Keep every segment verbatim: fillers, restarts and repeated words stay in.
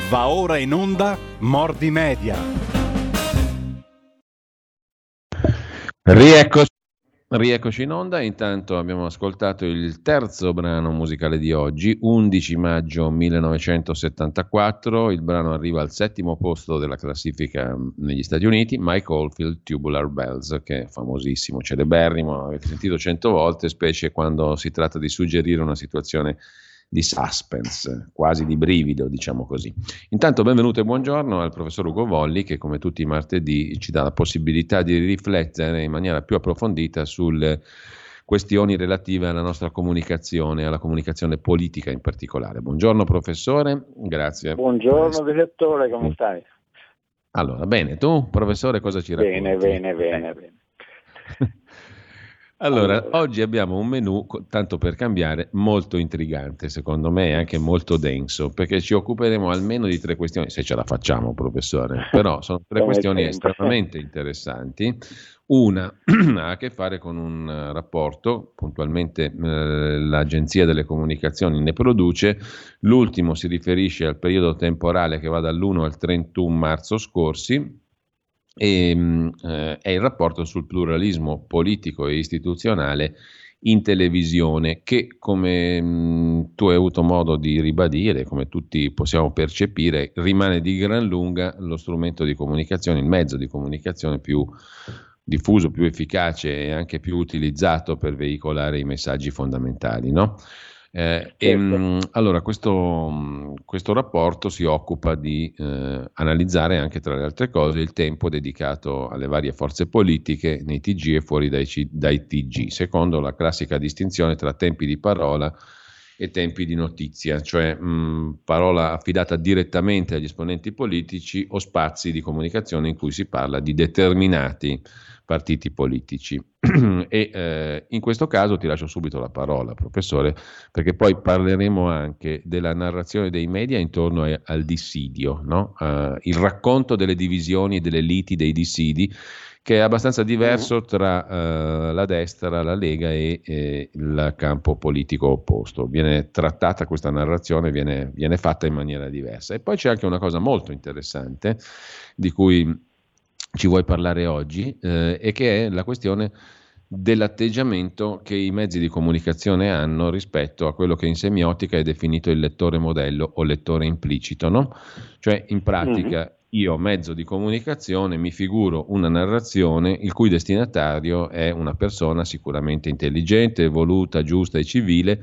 Va ora in onda Mordi Media. Rieccoci, rieccoci in onda. Intanto abbiamo ascoltato il terzo brano musicale di oggi, undici maggio millenovecentosettantaquattro. Il brano arriva al settimo posto della classifica negli Stati Uniti, Mike Oldfield, Tubular Bells, che è famosissimo, celeberrimo, avete sentito cento volte, specie quando si tratta di suggerire una situazione di suspense, quasi di brivido, diciamo così. Intanto benvenuto e buongiorno al professor Ugo Volli, che come tutti i martedì ci dà la possibilità di riflettere in maniera più approfondita sulle questioni relative alla nostra comunicazione, alla comunicazione politica in particolare. Buongiorno professore, grazie. Buongiorno direttore, come stai? Allora, bene, tu professore cosa ci racconti? Bene, bene, bene, bene. Allora, Allora. oggi abbiamo un menù, tanto per cambiare, molto intrigante, secondo me, e anche molto denso, perché ci occuperemo almeno di tre questioni, se ce la facciamo, professore, però sono tre Come questioni sempre. estremamente interessanti. Una ha a che fare con un uh, rapporto, puntualmente eh, l'Agenzia delle Comunicazioni ne produce, l'ultimo si riferisce al periodo temporale che va dall'primo al trentuno marzo scorsi, e, eh, è il rapporto sul pluralismo politico e istituzionale in televisione che, come mh, tu hai avuto modo di ribadire, come tutti possiamo percepire, rimane di gran lunga lo strumento di comunicazione, il mezzo di comunicazione più diffuso, più efficace e anche più utilizzato per veicolare i messaggi fondamentali, no? Eh, e, Certo. mh, allora questo, mh, questo rapporto si occupa di eh, analizzare anche, tra le altre cose, il tempo dedicato alle varie forze politiche nei T G e fuori dai, C- dai T G, secondo la classica distinzione tra tempi di parola e tempi di notizia, cioè mh, parola affidata direttamente agli esponenti politici o spazi di comunicazione in cui si parla di determinati partiti politici. E eh, in questo caso ti lascio subito la parola, professore, perché poi parleremo anche della narrazione dei media intorno a, al dissidio, no? Uh, il racconto delle divisioni, delle liti, dei dissidi, che è abbastanza diverso tra uh, la destra, la Lega e, e il campo politico opposto. Viene trattata questa narrazione, viene, viene fatta in maniera diversa. E poi c'è anche una cosa molto interessante di cui ci vuoi parlare oggi, eh, e che è la questione dell'atteggiamento che i mezzi di comunicazione hanno rispetto a quello che in semiotica è definito il lettore modello o lettore implicito, no? Cioè, in pratica, mm-hmm. io, mezzo di comunicazione, mi figuro una narrazione il cui destinatario è una persona sicuramente intelligente, evoluta, giusta e civile.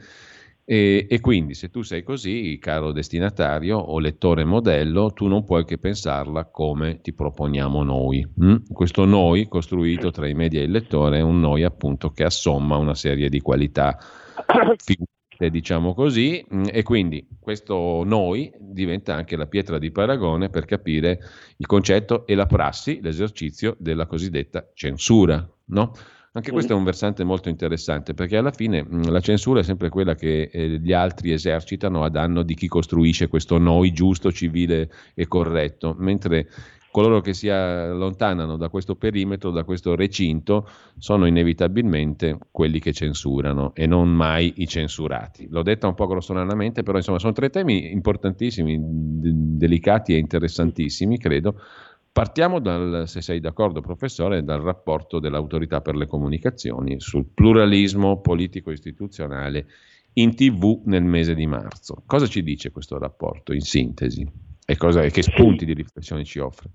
E, e quindi se tu sei così, caro destinatario o lettore modello, tu non puoi che pensarla come ti proponiamo noi. Mm? Questo noi, costruito tra i media e il lettore, è un noi appunto che assomma una serie di qualità figurate, diciamo così, e quindi questo noi diventa anche la pietra di paragone per capire il concetto e la prassi, l'esercizio della cosiddetta censura, no? Anche questo è un versante molto interessante, perché alla fine mh, la censura è sempre quella che eh, gli altri esercitano a danno di chi costruisce questo noi giusto, civile e corretto, mentre coloro che si allontanano da questo perimetro, da questo recinto, sono inevitabilmente quelli che censurano e non mai i censurati. L'ho detta un po' grossolanamente, però insomma sono tre temi importantissimi, d- delicati e interessantissimi, credo. Partiamo dal, se sei d'accordo professore, dal rapporto dell'Autorità per le Comunicazioni sul pluralismo politico-istituzionale in tivù nel mese di marzo. Cosa ci dice questo rapporto in sintesi e, cosa, e che spunti di riflessione ci offre?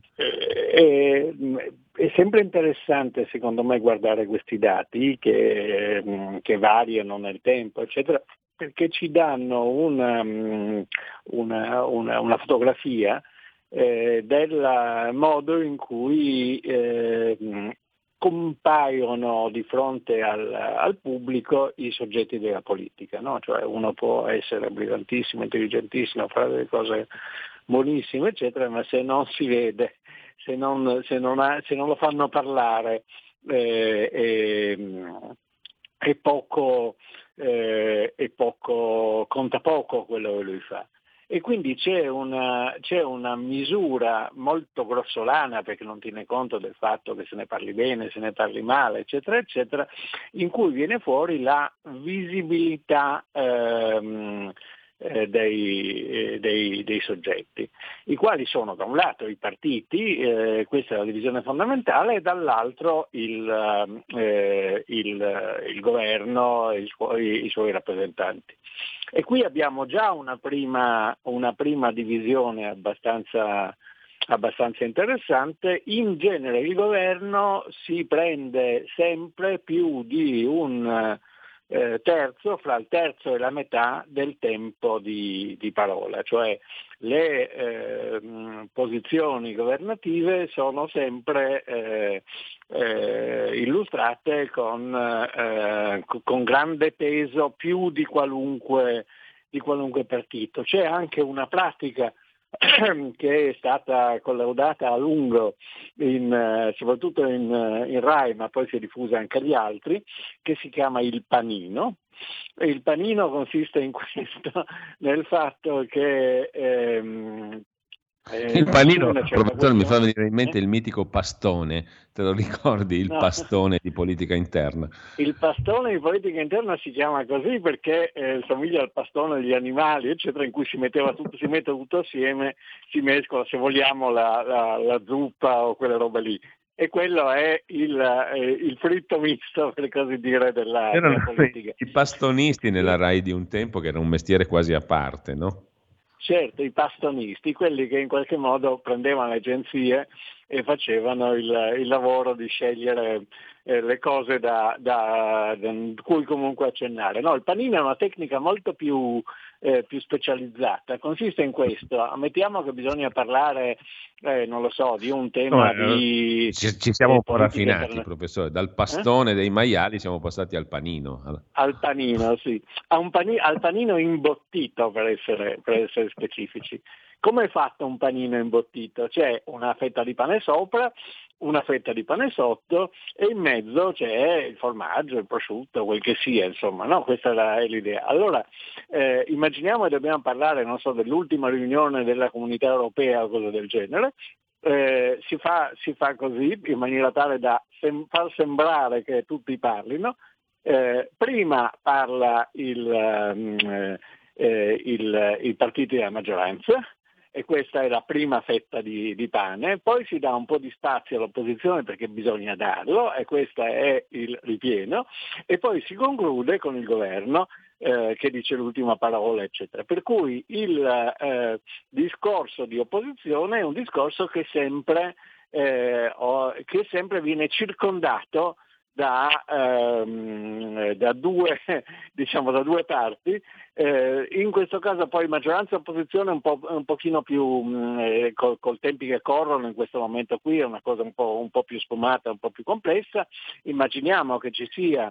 È, è sempre interessante secondo me guardare questi dati che, che variano nel tempo, eccetera, perché ci danno una, una, una, una fotografia Eh, del modo in cui eh, compaiono di fronte al, al pubblico i soggetti della politica, no? Cioè uno può essere brillantissimo, intelligentissimo, fare delle cose buonissime, eccetera, ma se non si vede, se non, se non, ha, se non lo fanno parlare, eh, è, è poco, eh, è poco, conta poco quello che lui fa. E quindi c'è una, c'è una misura molto grossolana, perché non tiene conto del fatto che se ne parli bene, se ne parli male, eccetera, eccetera, in cui viene fuori la visibilità ehm, eh, dei, eh, dei, dei soggetti. i quali sono da un lato i partiti, eh, questa è la divisione fondamentale, e dall'altro il, eh, il, il governo e i suoi, i suoi rappresentanti. E qui abbiamo già una prima, una prima divisione abbastanza, abbastanza interessante. In genere il governo si prende sempre più di un eh, terzo, fra il terzo e la metà del tempo di, di parola, cioè le eh, posizioni governative sono sempre eh, eh, illustrate con, eh, con grande peso, più di qualunque, di qualunque partito. C'è anche una pratica che è stata collaudata a lungo in, soprattutto in, in Rai, ma poi si è diffusa anche agli altri, che si chiama il panino. E il panino consiste in questo, nel fatto che ehm, Eh, il panino, professore, mi fa questione, venire in mente eh? il mitico pastone, te lo ricordi? Il No. pastone di politica interna. Il pastone di politica interna si chiama così perché eh, somiglia al pastone degli animali, eccetera, in cui si metteva tutto, si mette tutto assieme, si mescola, se vogliamo, la, la, la zuppa o quelle robe lì. E quello è il, eh, il fritto misto, per così dire, della, Erano della politica. i pastonisti nella Rai di un tempo, che era un mestiere quasi a parte, no? Certo, i pastonisti, quelli che in qualche modo prendevano le agenzie e facevano il, il lavoro di scegliere eh, le cose da, da, da cui comunque accennare. No, il panino è una tecnica molto più, eh, più specializzata, consiste in questo: ammettiamo che bisogna parlare, eh, non lo so, di un tema No, di ci, ci siamo eh, un po' politica raffinati, interna- professore, dal eh? pastone dei maiali siamo passati al panino. Al panino, sì, a un pani- al panino imbottito, per essere, per essere specifici. Come è fatto un panino imbottito? C'è una fetta di pane sopra, una fetta di pane sotto e in mezzo c'è il formaggio, il prosciutto, quel che sia, insomma, no? Questa è, la, è l'idea. Allora, eh, immaginiamo che dobbiamo parlare, non so, dell'ultima riunione della Comunità Europea o cosa del genere. Eh, si fa, si fa così in maniera tale da sem- far sembrare che tutti parlino. Eh, prima parla il, um, eh, il, il partito della maggioranza, e questa è la prima fetta di, di pane, poi si dà un po' di spazio all'opposizione perché bisogna darlo, e questo è il ripieno, e poi si conclude con il governo eh, che dice l'ultima parola, eccetera. Per cui il eh, discorso di opposizione è un discorso che sempre, eh, o, che sempre viene circondato Da, ehm, da, due, diciamo, da due parti, eh, in questo caso poi maggioranza e opposizione un, po', un pochino più mh, eh, col, col tempi che corrono in questo momento qui è una cosa un po', un po' più sfumata, un po' più complessa. Immaginiamo che ci sia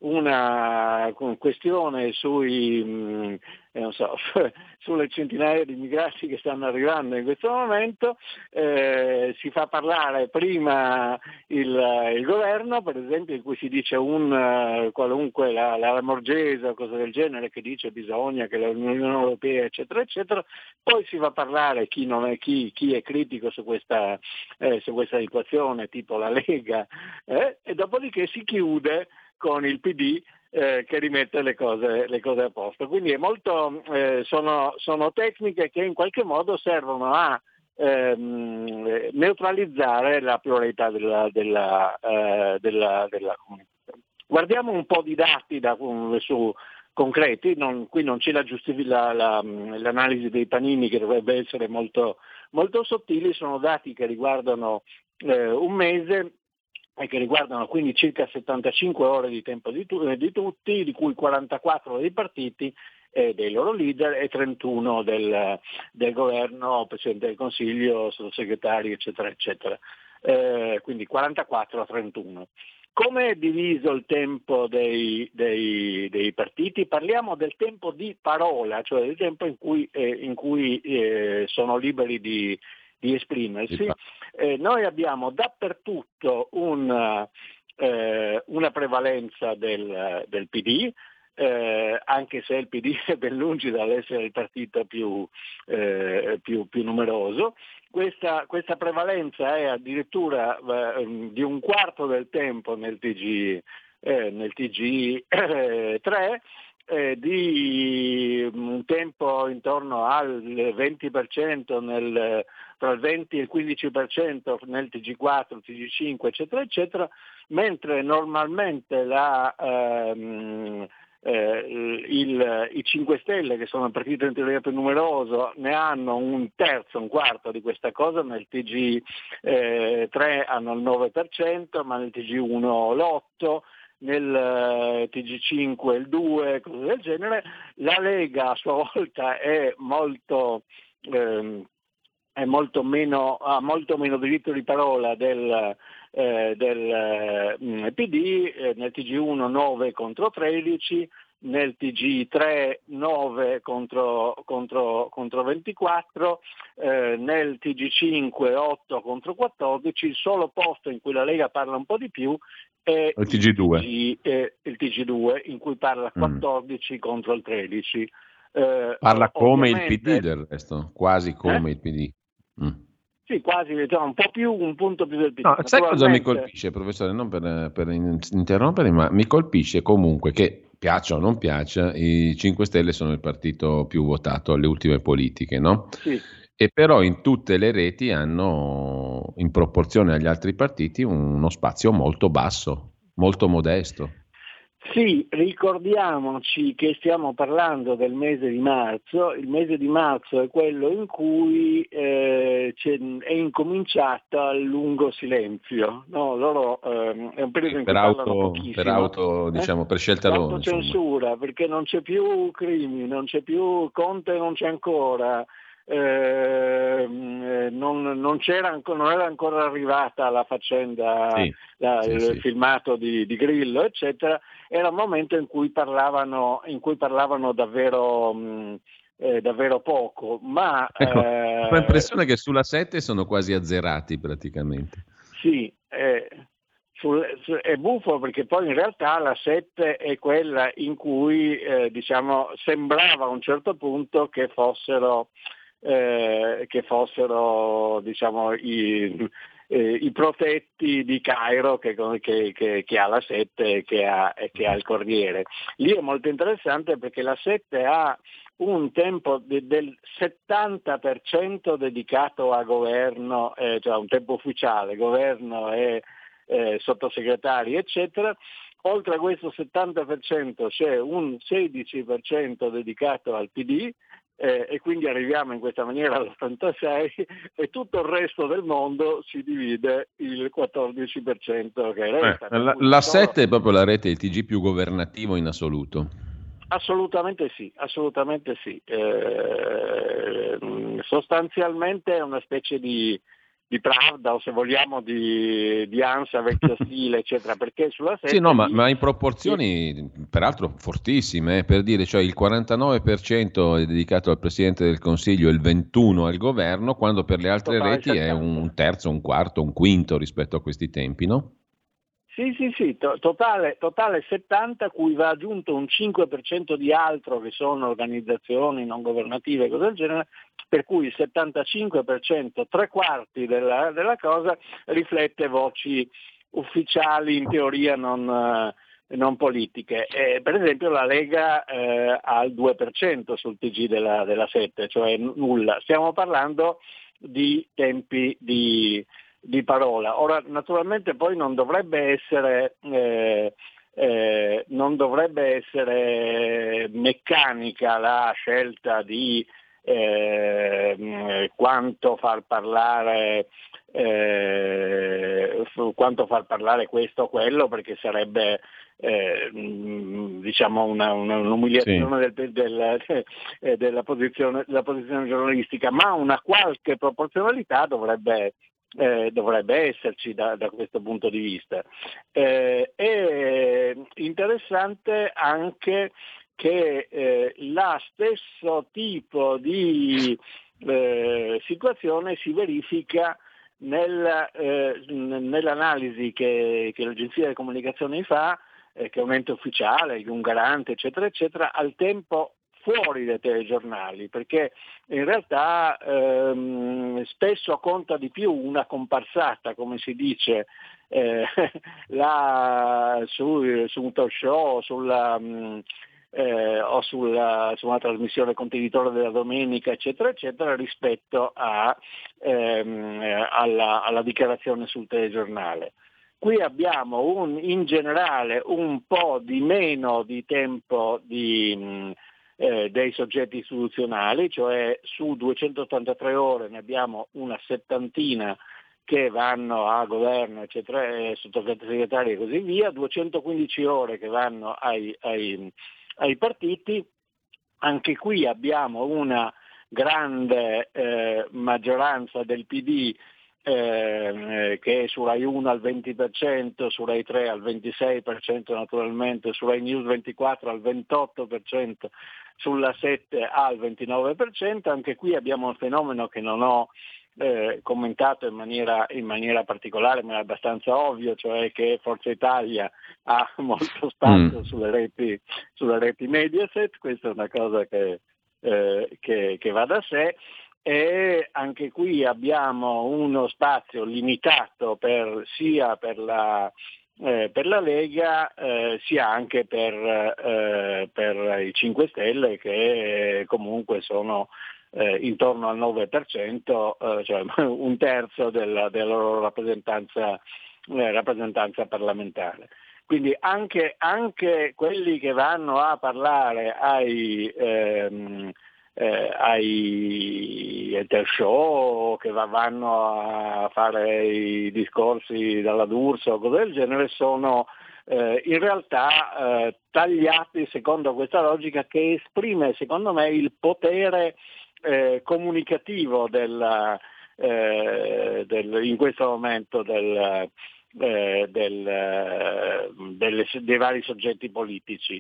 una questione sui, mh, eh, non so, sulle centinaia di immigrati che stanno arrivando in questo momento, eh, si fa parlare prima il, il governo, per esempio, in cui si dice un uh, qualunque, la, la Lamorgese o cosa del genere, che dice bisogna che l'Unione Europea, eccetera, eccetera, poi si va a parlare chi, non è, chi, chi è critico su questa, eh, su questa situazione, tipo la Lega, eh, e dopodiché si chiude con il P D eh, che rimette le cose, le cose a posto. Quindi è molto, eh, sono, sono tecniche che in qualche modo servono a ehm, neutralizzare la pluralità della, della, eh, della, della comunità. Guardiamo un po' di dati da, su concreti, non, qui non c'è la giustific- la, la, l'analisi dei panini che dovrebbe essere molto, molto sottili, sono dati che riguardano eh, un mese e che riguardano quindi circa settantacinque ore di tempo di, tu- di tutti, di cui quarantaquattro dei partiti e dei loro leader e trentuno del, del governo, Presidente del Consiglio, sottosegretari, eccetera, eccetera. Eh, quindi quarantaquattro a trentuno. Come è diviso il tempo dei, dei, dei partiti? Parliamo del tempo di parola, cioè del tempo in cui, eh, in cui eh, sono liberi di, di esprimersi. Eh, noi abbiamo dappertutto un, eh, una prevalenza del, del P D, eh, anche se il P D è ben lungi dall'essere il partito più, eh, più, più numeroso. Questa, questa prevalenza è addirittura eh, di un quarto del tempo nel T G, eh, nel T G tre, eh, di un tempo intorno al venti per cento nel, tra il venti e il quindici per cento nel T G quattro, T G cinque, eccetera, eccetera, mentre normalmente la, ehm, eh, il, i cinque Stelle, che sono il partito in teoria più numeroso, ne hanno un terzo, un quarto di questa cosa, nel T G tre hanno il nove per cento, ma nel T G uno l'otto per cento, nel T G cinque il due, cose del genere. La Lega a sua volta è molto, ehm, è molto meno, ha molto meno diritto di parola del, eh, del eh, P D, eh, nel T G uno nove contro tredici, nel T G tre nove contro, contro, contro ventiquattro, eh, nel T G cinque otto contro quattordici. Il solo posto in cui la Lega parla un po' di più è il T G due, T G, eh, il T G due, in cui parla quattordici mm. contro il tredici. Eh, parla come il P D del resto, quasi come eh? il P D. Mm. Sì, quasi, diciamo, un po' più, un punto più del P D. No, sai cosa mi colpisce, professore? Non per, per interrompere, ma mi colpisce comunque che, piaccia o non piaccia, i cinque Stelle sono il partito più votato alle ultime politiche, no? Sì. E però in tutte le reti hanno, in proporzione agli altri partiti, uno spazio molto basso, molto modesto. Sì, ricordiamoci che stiamo parlando del mese di marzo. Il mese di marzo è quello in cui eh, è incominciato il lungo silenzio. No, loro, eh, è un periodo in per cui auto, parlano pochissimo. Per auto, diciamo, eh? per scelta loro. Autocensura, perché non c'è più Crimi, non c'è più Conte, non c'è ancora. Eh, non, non, c'era ancora, non era ancora arrivata la faccenda, sì, la, sì, il sì. filmato di, di Grillo, eccetera. Era un momento in cui parlavano, in cui parlavano davvero, mh, eh, davvero poco, ma ecco, eh, ho l'impressione che sulla sette sono quasi azzerati praticamente. Sì, eh, sul, è buffo perché poi in realtà la sette è quella in cui eh, diciamo sembrava a un certo punto che fossero Eh, che fossero diciamo i, eh, i protetti di Cairo che, che, che, che ha la sette e che ha, e che ha il Corriere. Lì è molto interessante perché la sette ha un tempo de, del settanta per cento dedicato a governo, eh, cioè un tempo ufficiale, governo e eh, sottosegretari, eccetera. Oltre a questo settanta per cento c'è un sedici per cento dedicato al P D, Eh, e quindi arriviamo in questa maniera all'ottantasei e tutto il resto del mondo si divide il quattordici per cento che resta. Eh, la la sette è proprio la rete, il T G più governativo in assoluto. Assolutamente sì, assolutamente sì. Eh, sostanzialmente è una specie di, di Pravda o se vogliamo di, di Ansa vecchio stile, eccetera, perché sulla sette... Sì, no, ma, lì, ma in proporzioni sì, peraltro fortissime, eh, per dire, cioè il quarantanove per cento è dedicato al Presidente del Consiglio e il ventuno per cento al governo, quando per le altre reti è un terzo, un quarto, un quinto rispetto a questi tempi, no? Sì, sì, sì, to- totale, totale settanta, cui va aggiunto un cinque per cento di altro che sono organizzazioni non governative e cose del genere, per cui il settantacinque per cento, tre quarti della, della cosa, riflette voci ufficiali, in teoria non, eh, non politiche. Eh, per esempio la Lega eh, ha il due per cento sul T G della, della sette, cioè n- nulla. Stiamo parlando di tempi di... di parola. Ora, naturalmente poi non dovrebbe essere, eh, eh, non dovrebbe essere meccanica la scelta di eh, quanto far parlare eh, quanto far parlare questo o quello, perché sarebbe eh, diciamo una, una, un'umiliazione sì. del, del, eh, della, posizione, della posizione giornalistica, ma una qualche proporzionalità dovrebbe Eh, dovrebbe esserci da, da questo punto di vista. Eh, è interessante anche che eh, la stesso tipo di eh, situazione si verifica nel, eh, nell'analisi che, che l'Agenzia delle Comunicazioni fa, eh, che è un ente ufficiale, un garante, eccetera, eccetera, al tempo fuori dai telegiornali, perché in realtà ehm, spesso conta di più una comparsata, come si dice, eh, la, su, su un talk show, sulla, mh, eh, o sulla, su una trasmissione contenitore della domenica, eccetera, eccetera, rispetto a, ehm, alla, alla dichiarazione sul telegiornale. Qui abbiamo un, in generale un po' di meno di tempo di, mh, eh, dei soggetti istituzionali, cioè su duecentottantatré ore ne abbiamo una settantina che vanno a governo, eccetera, eh, sottosegretari e così via, duecentoquindici ore che vanno ai, ai, ai partiti. Anche qui abbiamo una grande eh, maggioranza del P D eh, che è su Rai uno al venti per cento, su Rai tre al ventisei per cento naturalmente, su Rai News ventiquattro al ventotto per cento, sulla sette al ventinove per cento. Anche qui abbiamo un fenomeno che non ho eh, commentato in maniera, in maniera particolare, ma è abbastanza ovvio, cioè che Forza Italia ha molto spazio mm. sulle reti, sulle reti Mediaset. Questa è una cosa che, eh, che, che va da sé. E anche qui abbiamo uno spazio limitato per, sia per la, eh, per la Lega eh, sia anche per, eh, per i cinque Stelle, che comunque sono eh, intorno al nove per cento, eh, cioè un terzo della, della loro rappresentanza, eh, rappresentanza parlamentare. Quindi anche, anche quelli che vanno a parlare ai ehm, Eh, ai talk show, che va, vanno a fare i discorsi dalla D'Urso o cose del genere, sono eh, in realtà eh, tagliati secondo questa logica che esprime, secondo me, il potere eh, comunicativo del, eh, del, in questo momento del, eh, del, delle, dei vari soggetti politici.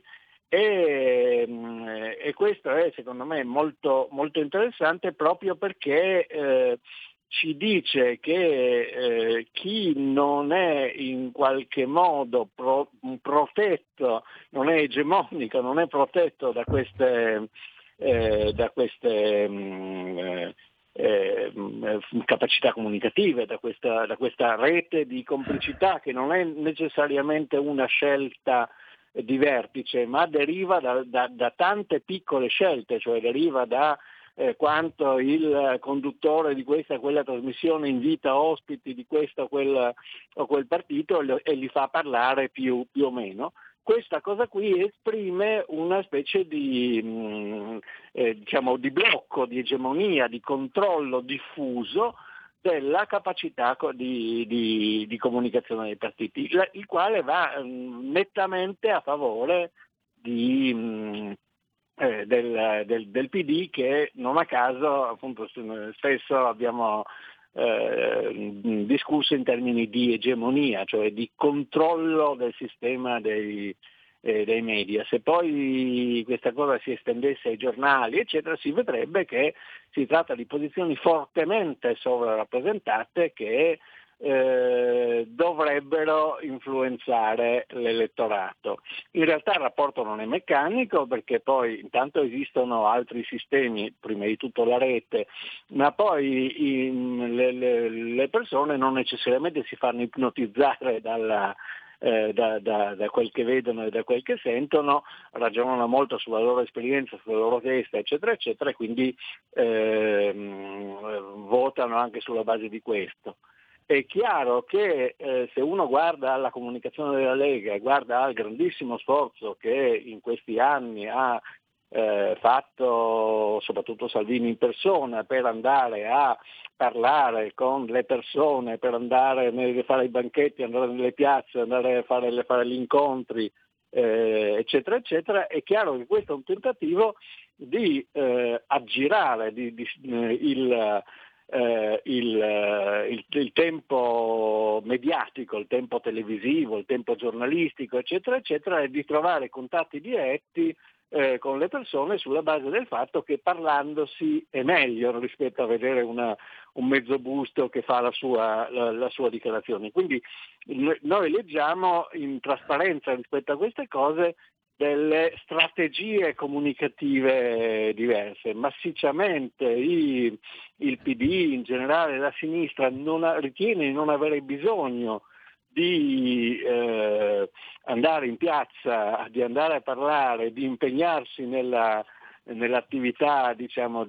E, e questo è secondo me molto, molto interessante, proprio perché eh, ci dice che eh, chi non è in qualche modo pro, protetto, non è egemonico, non è protetto da queste, eh, da queste mh, eh, mh, capacità comunicative, da questa, da questa rete di complicità che non è necessariamente una scelta di vertice, ma deriva da, da, da tante piccole scelte, cioè deriva da eh, quanto il conduttore di questa o quella trasmissione invita ospiti di questo o quel, o quel partito e, e li fa parlare più, più o meno. Questa cosa qui esprime una specie di, mh, eh, diciamo, di blocco, di egemonia, di controllo diffuso della capacità di, di, di comunicazione dei partiti, il quale va mh, nettamente a favore di, mh, eh, del, del, del P D, che non a caso appunto spesso abbiamo eh, discusso in termini di egemonia, cioè di controllo del sistema dei, eh, dei media. Se poi questa cosa si estendesse ai giornali, eccetera, si vedrebbe che si tratta di posizioni fortemente sovrarappresentate che eh, dovrebbero influenzare l'elettorato. In realtà il rapporto non è meccanico, perché poi intanto esistono altri sistemi, prima di tutto la rete, ma poi in, le, le, le persone non necessariamente si fanno ipnotizzare dalla Eh, da, da, da quel che vedono e da quel che sentono, ragionano molto sulla loro esperienza, sulla loro testa, eccetera, eccetera, e quindi ehm, votano anche sulla base di questo. È chiaro che eh, se uno guarda alla comunicazione della Lega e guarda al grandissimo sforzo che in questi anni ha eh, fatto soprattutto Salvini in persona per andare a parlare con le persone, per andare a fare i banchetti, andare nelle piazze, andare a fare, a fare gli incontri, eh, eccetera, eccetera, è chiaro che questo è un tentativo di eh, aggirare di, di, eh, il, eh, il, il, il tempo mediatico, il tempo televisivo, il tempo giornalistico, eccetera, eccetera, e di trovare contatti diretti Eh, con le persone sulla base del fatto che parlandosi è meglio rispetto a vedere una, un mezzo busto che fa la sua, la, la sua dichiarazione. Quindi noi leggiamo in trasparenza rispetto a queste cose delle strategie comunicative diverse. Massicciamente i, il P D, in generale la sinistra, non ha, ritiene di non avere bisogno di eh, andare in piazza, di andare a parlare, di impegnarsi nella, nell'attività diciamo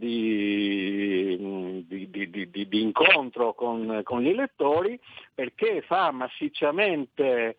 di, di, di, di, di incontro con, con gli elettori, perché fa massicciamente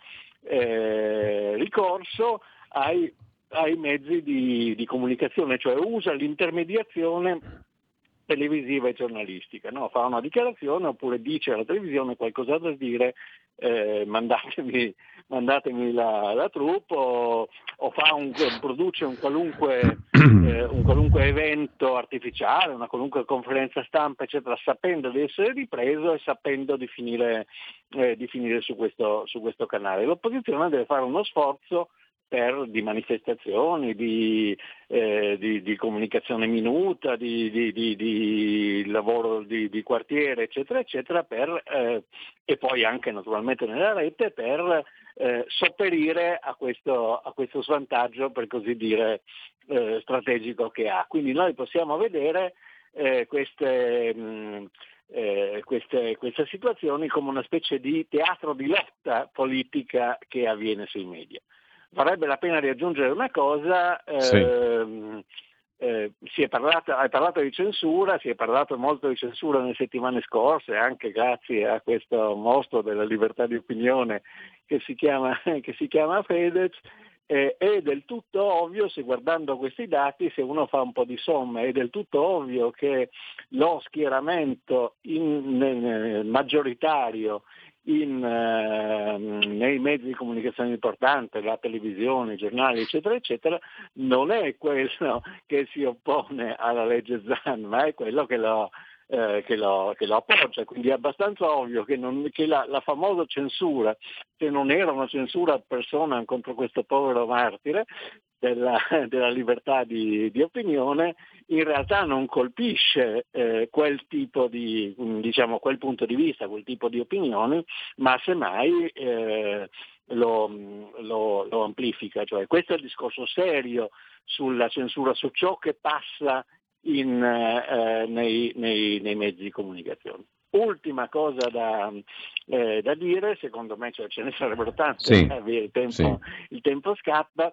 eh, ricorso ai, ai mezzi di, di comunicazione, cioè usa l'intermediazione televisiva e giornalistica, no? Fa una dichiarazione oppure dice alla televisione qualcosa da dire, eh, mandatemi, mandatemi la, la troupe, o, o fa un, produce un qualunque, eh, un qualunque evento artificiale, una qualunque conferenza stampa, eccetera, sapendo di essere ripreso e sapendo di finire, eh, di finire su questo, su questo canale. L'opposizione deve fare uno sforzo per, di manifestazioni, di, eh, di, di comunicazione minuta, di, di, di, di lavoro di, di quartiere, eccetera, eccetera, per, eh, e poi anche naturalmente nella rete, per eh, sopperire a questo, a questo svantaggio, per così dire, eh, strategico che ha. Quindi noi possiamo vedere eh, queste... Mh, Eh, queste, queste situazioni come una specie di teatro di lotta politica che avviene sui media. Varrebbe la pena di aggiungere una cosa, sì. ehm, eh, si è parlato, hai parlato di censura, si è parlato molto di censura nelle settimane scorse, anche grazie a questo mostro della libertà di opinione che si chiama, che si chiama Fedez. Eh, è del tutto ovvio, se guardando questi dati, se uno fa un po' di somme, è del tutto ovvio che lo schieramento in, in, maggioritario in, eh, nei mezzi di comunicazione importanti, la televisione, i giornali, eccetera, eccetera, non è quello che si oppone alla legge Zan, ma è quello che lo Eh, che, lo, che lo appoggia, quindi è abbastanza ovvio che, non, che la, la famosa censura, se non era una censura ad persona contro questo povero martire della, della libertà di, di opinione, in realtà non colpisce eh, quel tipo di, diciamo, quel punto di vista, quel tipo di opinioni, ma semmai eh, lo, lo, lo amplifica. Cioè, questo è il discorso serio sulla censura, su ciò che passa In, eh, nei, nei, nei mezzi di comunicazione. Ultima cosa da, eh, da dire, secondo me, cioè, ce ne sarebbero tante, sì, eh, il, tempo, sì. il tempo scappa.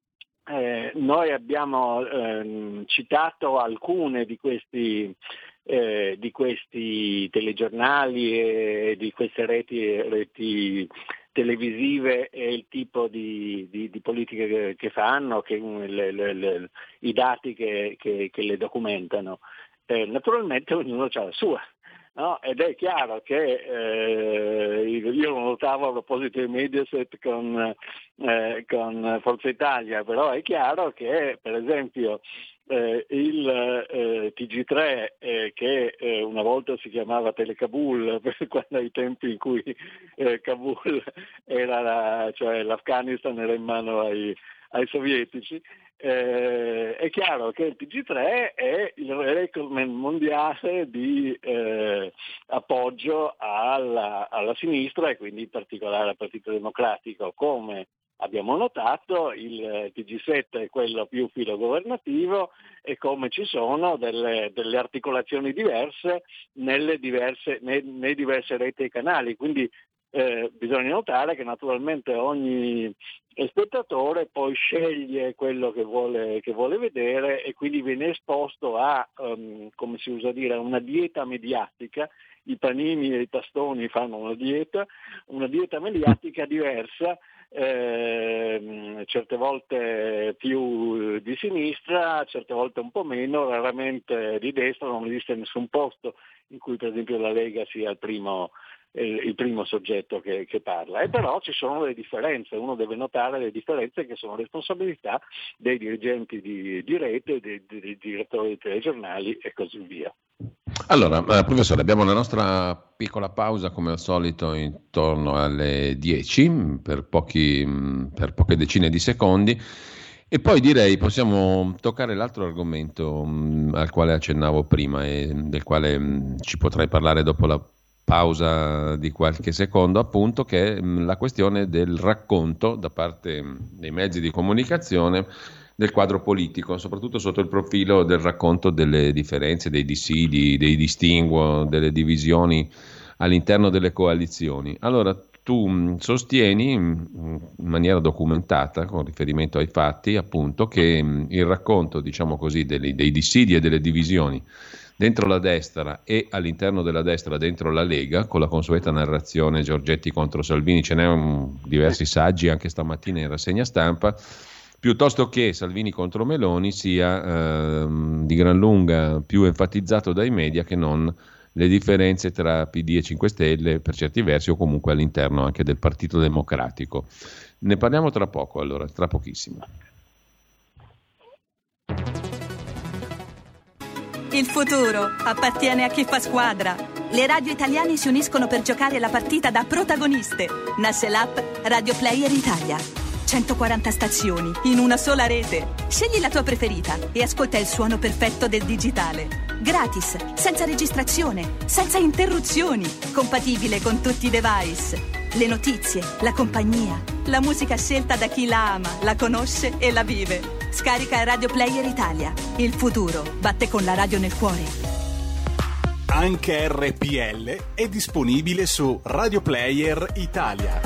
Eh, noi abbiamo eh, citato alcune di questi, eh, di questi telegiornali e di queste reti, reti televisive e il tipo di, di, di politiche che, che fanno, che, le, le, le, i dati che, che, che le documentano. Eh, naturalmente ognuno ha la sua. No? Ed è chiaro che eh, io lo notavo a proposito di Mediaset con, eh, con Forza Italia, però è chiaro che per esempio eh, il eh, T G tre eh, che eh, una volta si chiamava Telecabul, quando ai tempi in cui eh, Kabul era la, cioè l'Afghanistan era in mano ai, ai sovietici, Eh, è chiaro che il T G tre è il recordman mondiale di eh, appoggio alla, alla sinistra e quindi in particolare al Partito Democratico. Come abbiamo notato, il T G sette è quello più filogovernativo e come ci sono delle, delle articolazioni diverse nelle diverse, nei, nei diverse reti e canali. Quindi eh, bisogna notare che naturalmente ogni spettatore poi sceglie quello che vuole, che vuole vedere e quindi viene esposto a, um, come si usa dire, a una dieta mediatica. I panini e i tastoni fanno una dieta, una dieta mediatica diversa, eh, certe volte più di sinistra, certe volte un po' meno, raramente di destra. Non esiste nessun posto in cui per esempio la Lega sia il primo il primo soggetto che, che parla, e però ci sono le differenze, uno deve notare le differenze che sono responsabilità dei dirigenti di, di rete, dei, dei, dei direttori dei telegiornali e così via. Allora, eh, professore, abbiamo la nostra piccola pausa come al solito intorno alle dieci per, pochi, per poche decine di secondi e poi direi possiamo toccare l'altro argomento mh, al quale accennavo prima e del quale mh, ci potrai parlare dopo la pausa di qualche secondo, appunto, che è la questione del racconto da parte dei mezzi di comunicazione del quadro politico, soprattutto sotto il profilo del racconto delle differenze, dei dissidi, dei distinguo, delle divisioni all'interno delle coalizioni. Allora, tu mh, sostieni mh, in maniera documentata, con riferimento ai fatti, appunto, che mh, il racconto, diciamo così, dei, dei dissidi e delle divisioni dentro la destra e all'interno della destra dentro la Lega, con la consueta narrazione Giorgetti contro Salvini, ce n'è un, diversi saggi anche stamattina in rassegna stampa, piuttosto che Salvini contro Meloni, sia ehm, di gran lunga più enfatizzato dai media che non le differenze tra P D e cinque Stelle per certi versi, o comunque all'interno anche del Partito Democratico. Ne parliamo tra poco, allora, tra pochissimo. Il futuro appartiene a chi fa squadra. Le radio italiane si uniscono per giocare la partita da protagoniste. Nasce l'app Radio Player Italia. centoquaranta stazioni in una sola rete. Scegli la tua preferita e ascolta il suono perfetto del digitale. Gratis, senza registrazione, senza interruzioni. Compatibile con tutti i device. Le notizie, la compagnia, la musica scelta da chi la ama, la conosce e la vive. Scarica Radio Player Italia. Il futuro batte con la radio nel cuore. Anche R P L è disponibile su Radio Player Italia.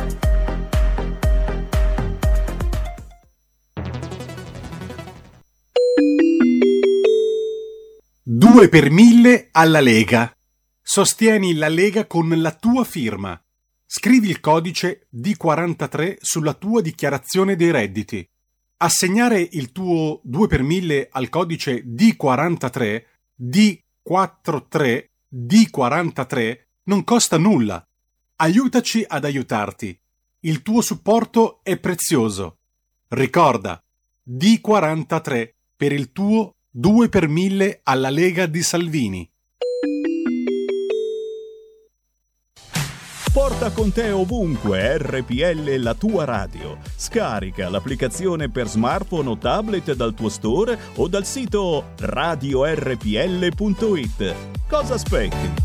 due per mille alla Lega. Sostieni la Lega con la tua firma. Scrivi il codice D quarantatré sulla tua dichiarazione dei redditi. Assegnare il tuo due per mille al codice D quarantatré, D quarantatré, D quarantatré non costa nulla. Aiutaci ad aiutarti. Il tuo supporto è prezioso. Ricorda, D quarantatré per il tuo due per mille alla Lega di Salvini. Porta con te ovunque R P L, la tua radio. Scarica l'applicazione per smartphone o tablet dal tuo store o dal sito radio erre pi elle punto it. Cosa aspetti?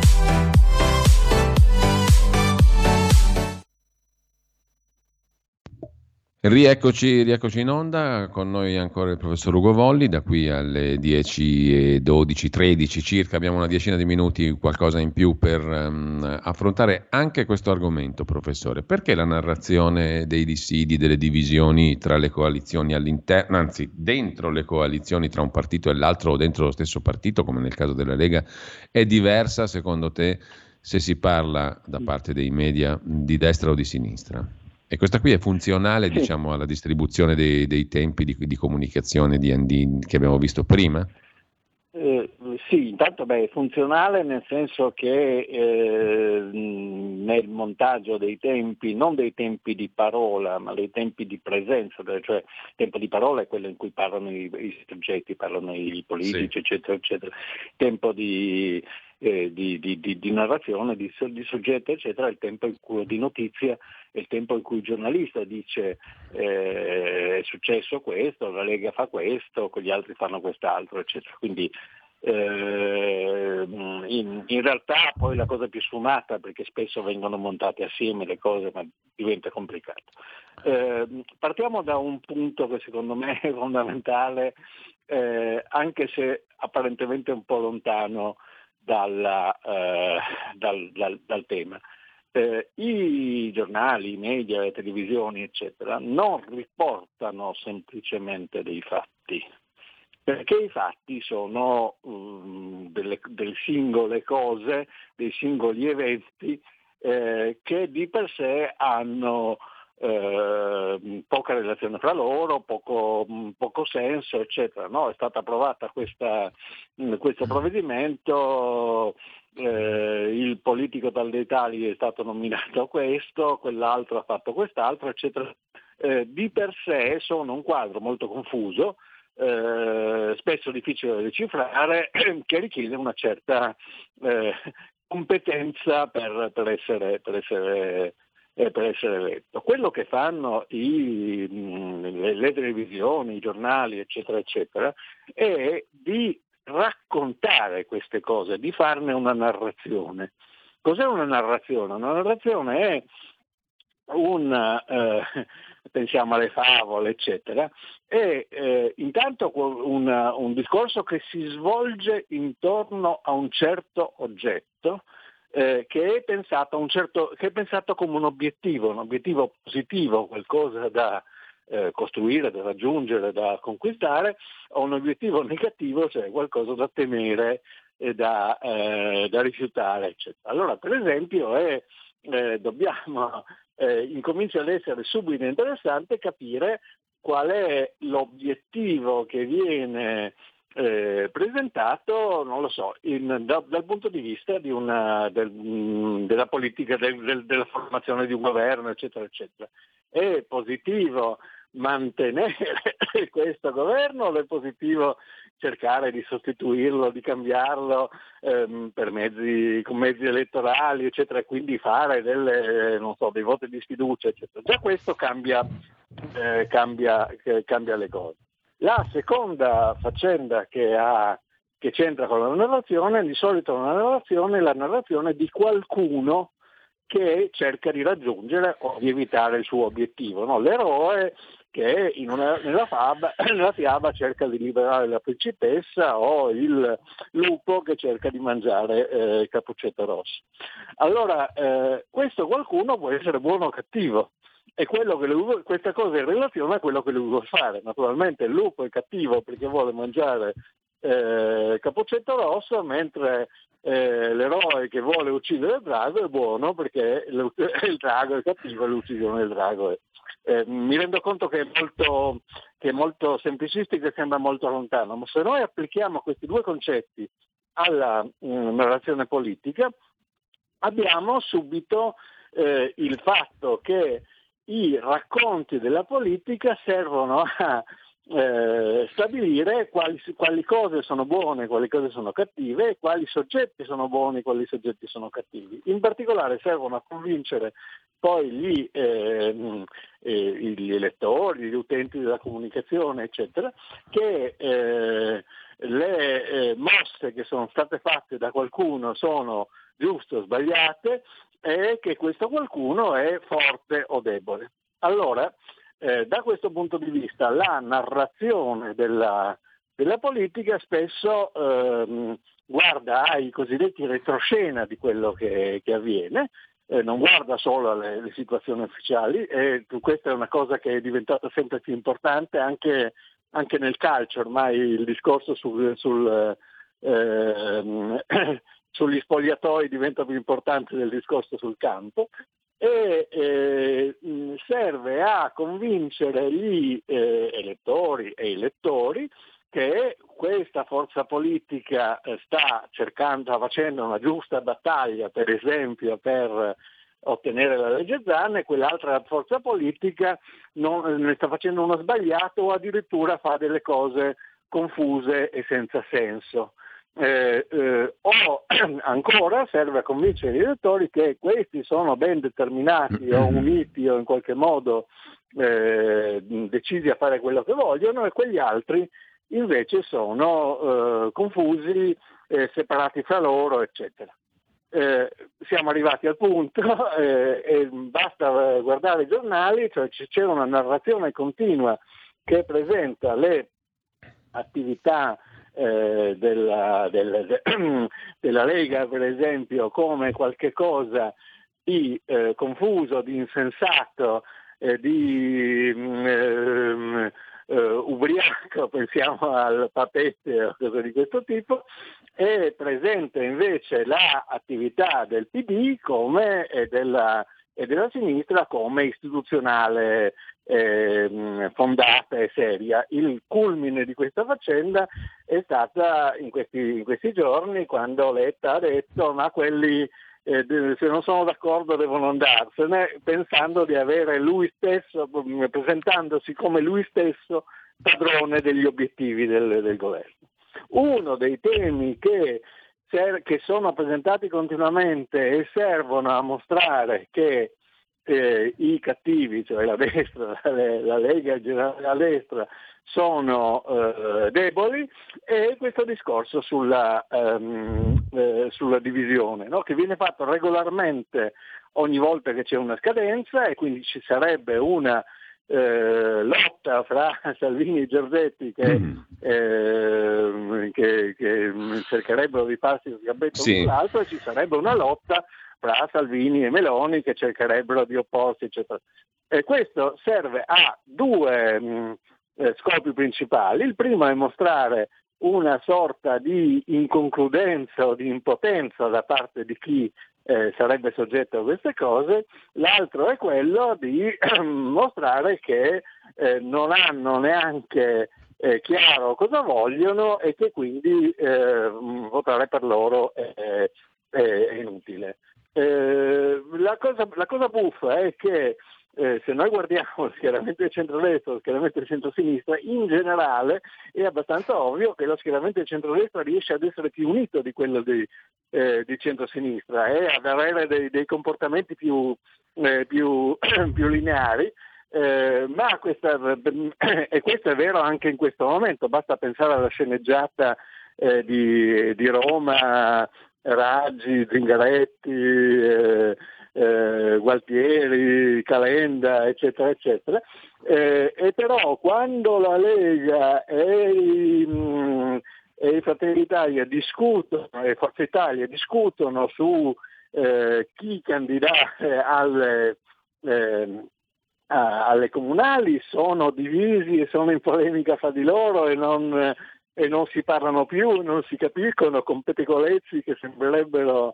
Rieccoci, rieccoci in onda, con noi ancora il professor Ugo Volli, da qui alle dieci e dodici, tredici circa, abbiamo una decina di minuti, qualcosa in più per um, affrontare anche questo argomento, professore. Perché la narrazione dei dissidi, delle divisioni tra le coalizioni all'interno, anzi dentro le coalizioni tra un partito e l'altro o dentro lo stesso partito, come nel caso della Lega, è diversa secondo te se si parla da parte dei media di destra o di sinistra? E questa qui è funzionale, sì, diciamo, alla distribuzione dei, dei tempi di, di comunicazione di, di, che abbiamo visto prima? Eh, sì, intanto beh, è funzionale nel senso che eh, nel montaggio dei tempi, non dei tempi di parola, ma dei tempi di presenza, cioè il tempo di parola è quello in cui parlano i, i soggetti, parlano i politici, sì, eccetera, eccetera. Il tempo di, eh, di, di, di, di narrazione, di, di soggetto, eccetera, è il tempo in cui, di notizia, è il tempo in cui il giornalista dice eh, è successo questo, la Lega fa questo, gli altri fanno quest'altro, eccetera. Quindi eh, in, in realtà poi la cosa più sfumata, perché spesso vengono montate assieme le cose, ma diventa complicato. Eh, partiamo da un punto che secondo me è fondamentale, eh, anche se apparentemente un po' lontano dalla, eh, dal, dal, dal tema. Eh, I giornali, i media, le televisioni, eccetera, non riportano semplicemente dei fatti, perché i fatti sono um, delle, delle singole cose, dei singoli eventi eh, che di per sé hanno eh, poca relazione fra loro, poco, poco senso, eccetera. No? È stata approvata questa, questo provvedimento. Eh, il politico dall'Italia è stato nominato a questo, quell'altro ha fatto quest'altro, eccetera. Eh, di per sé sono un quadro molto confuso, eh, spesso difficile da decifrare, che richiede una certa eh, competenza per, per essere, per essere eh, per essere letto. Quello che fanno i, le, le televisioni, i giornali, eccetera, eccetera, è di raccontare queste cose, di farne una narrazione. Cos'è una narrazione? Una narrazione è un, eh, pensiamo alle favole, eccetera, è eh, intanto un, un discorso che si svolge intorno a un certo oggetto eh, che è pensato a un certo, che è pensato come un obiettivo, un obiettivo positivo, qualcosa da eh, costruire, da raggiungere, da conquistare, o un obiettivo negativo, cioè qualcosa da temere e da, eh, da rifiutare, eccetera. Allora, per esempio, è, eh, dobbiamo eh, incomincia ad essere subito interessante capire qual è l'obiettivo che viene eh, presentato, non lo so, in, da, dal punto di vista di una, del, della politica, del, del, della formazione di un governo, eccetera, eccetera. È positivo mantenere questo governo o è positivo cercare di sostituirlo, di cambiarlo ehm, per mezzi, con mezzi elettorali, eccetera, e quindi fare delle, non so, dei voti di sfiducia, eccetera. Già questo cambia, eh, cambia, eh, cambia le cose. La seconda faccenda che, ha, che c'entra con la narrazione, di solito una narrazione è la narrazione di qualcuno che cerca di raggiungere o di evitare il suo obiettivo, no? L'eroe che in una, nella, faba, nella fiaba cerca di liberare la principessa, o il lupo che cerca di mangiare eh, il cappuccetto rosso. Allora, eh, questo qualcuno può essere buono o cattivo, e quello che lui, questa cosa in relazione a quello che lui vuole fare. Naturalmente il lupo è cattivo perché vuole mangiare eh, il cappuccetto rosso, mentre eh, l'eroe che vuole uccidere il drago è buono perché il, il drago è cattivo e l'uccisione del drago è. Eh, mi rendo conto che è molto, che è molto semplicistico e sembra molto lontano, ma se noi applichiamo questi due concetti alla mh, narrazione politica, abbiamo subito eh, il fatto che i racconti della politica servono a eh, stabilire quali, quali cose sono buone, quali cose sono cattive, e quali soggetti sono buoni, quali soggetti sono cattivi. In particolare servono a convincere poi gli, eh, eh, gli elettori, gli utenti della comunicazione, eccetera, che eh, le eh, mosse che sono state fatte da qualcuno sono giuste o sbagliate, e che questo qualcuno è forte o debole. Allora, eh, da questo punto di vista, la narrazione della, della politica spesso eh, guarda ai cosiddetti retroscena di quello che, che avviene, eh, non guarda solo alle, alle situazioni ufficiali, e questa è una cosa che è diventata sempre più importante anche, anche nel calcio. Ormai il discorso sul, sul eh, sugli spogliatoi diventa più importante del discorso sul campo, e eh, serve a convincere gli eh, elettori e i lettori che questa forza politica sta cercando, sta facendo una giusta battaglia, per esempio per ottenere la legge Zan, e quell'altra forza politica non, ne sta facendo uno sbagliato, o addirittura fa delle cose confuse e senza senso. Eh, eh, o ancora serve a convincere i lettori che questi sono ben determinati o uniti o in qualche modo eh, decisi a fare quello che vogliono, e quegli altri invece sono eh, confusi, eh, separati fra loro, eccetera. Eh, siamo arrivati al punto eh, e basta guardare i giornali, cioè c'è una narrazione continua che presenta le attività eh, della, del, de, della Lega, per esempio, come qualche cosa di eh, confuso, di insensato, eh, di eh, Uh, ubriaco, pensiamo al Papete o cose di questo tipo. È presente invece l'attività del P D come, e, della, e della sinistra come istituzionale, eh, fondata e seria. Il culmine di questa faccenda è stata in questi, in questi giorni, quando Letta ha detto ma quelli Eh, se non sono d'accordo devono andarsene, pensando di avere lui stesso, presentandosi come lui stesso padrone degli obiettivi del, del governo. Uno dei temi che, che sono presentati continuamente e servono a mostrare che eh, i cattivi, cioè la destra, la, la Lega in generale, la destra, sono eh, deboli, e questo discorso sulla, um, eh, sulla divisione, no? Che viene fatto regolarmente ogni volta che c'è una scadenza, e quindi ci sarebbe una eh, lotta fra Salvini e Giorgetti che, mm. eh, che, che cercherebbero di farsi il gabetto sì. con l'altro, e ci sarebbe una lotta fra Salvini e Meloni che cercherebbero di opporsi, eccetera. E questo serve a due mh, eh, scopi principali. Il primo è mostrare una sorta di inconcludenza o di impotenza da parte di chi eh, sarebbe soggetto a queste cose. L'altro è quello di eh, mostrare che eh, non hanno neanche eh, chiaro cosa vogliono e che quindi eh, votare per loro è, è, è inutile. Eh, la cosa, la cosa buffa è che Eh, se noi guardiamo lo schieramento di centrodestra e lo schieramento di centrosinistra, in generale è abbastanza ovvio che lo schieramento di centrodestra riesce ad essere più unito di quello di, eh, di centrosinistra e ad avere dei, dei comportamenti più, eh, più, più lineari, eh, ma questa, e questo è vero anche in questo momento, basta pensare alla sceneggiata eh, di, di Roma, Raggi, Zingaretti, eh, Eh, Gualtieri, Calenda, eccetera, eccetera. Eh, e però quando la Lega e i, mh, e i Fratelli d'Italia discutono, e Forza Italia discutono su eh, chi candidare alle, eh, a, alle comunali, sono divisi e sono in polemica fra di loro e non, e non si parlano più, non si capiscono, con pettegolezzi che sembrerebbero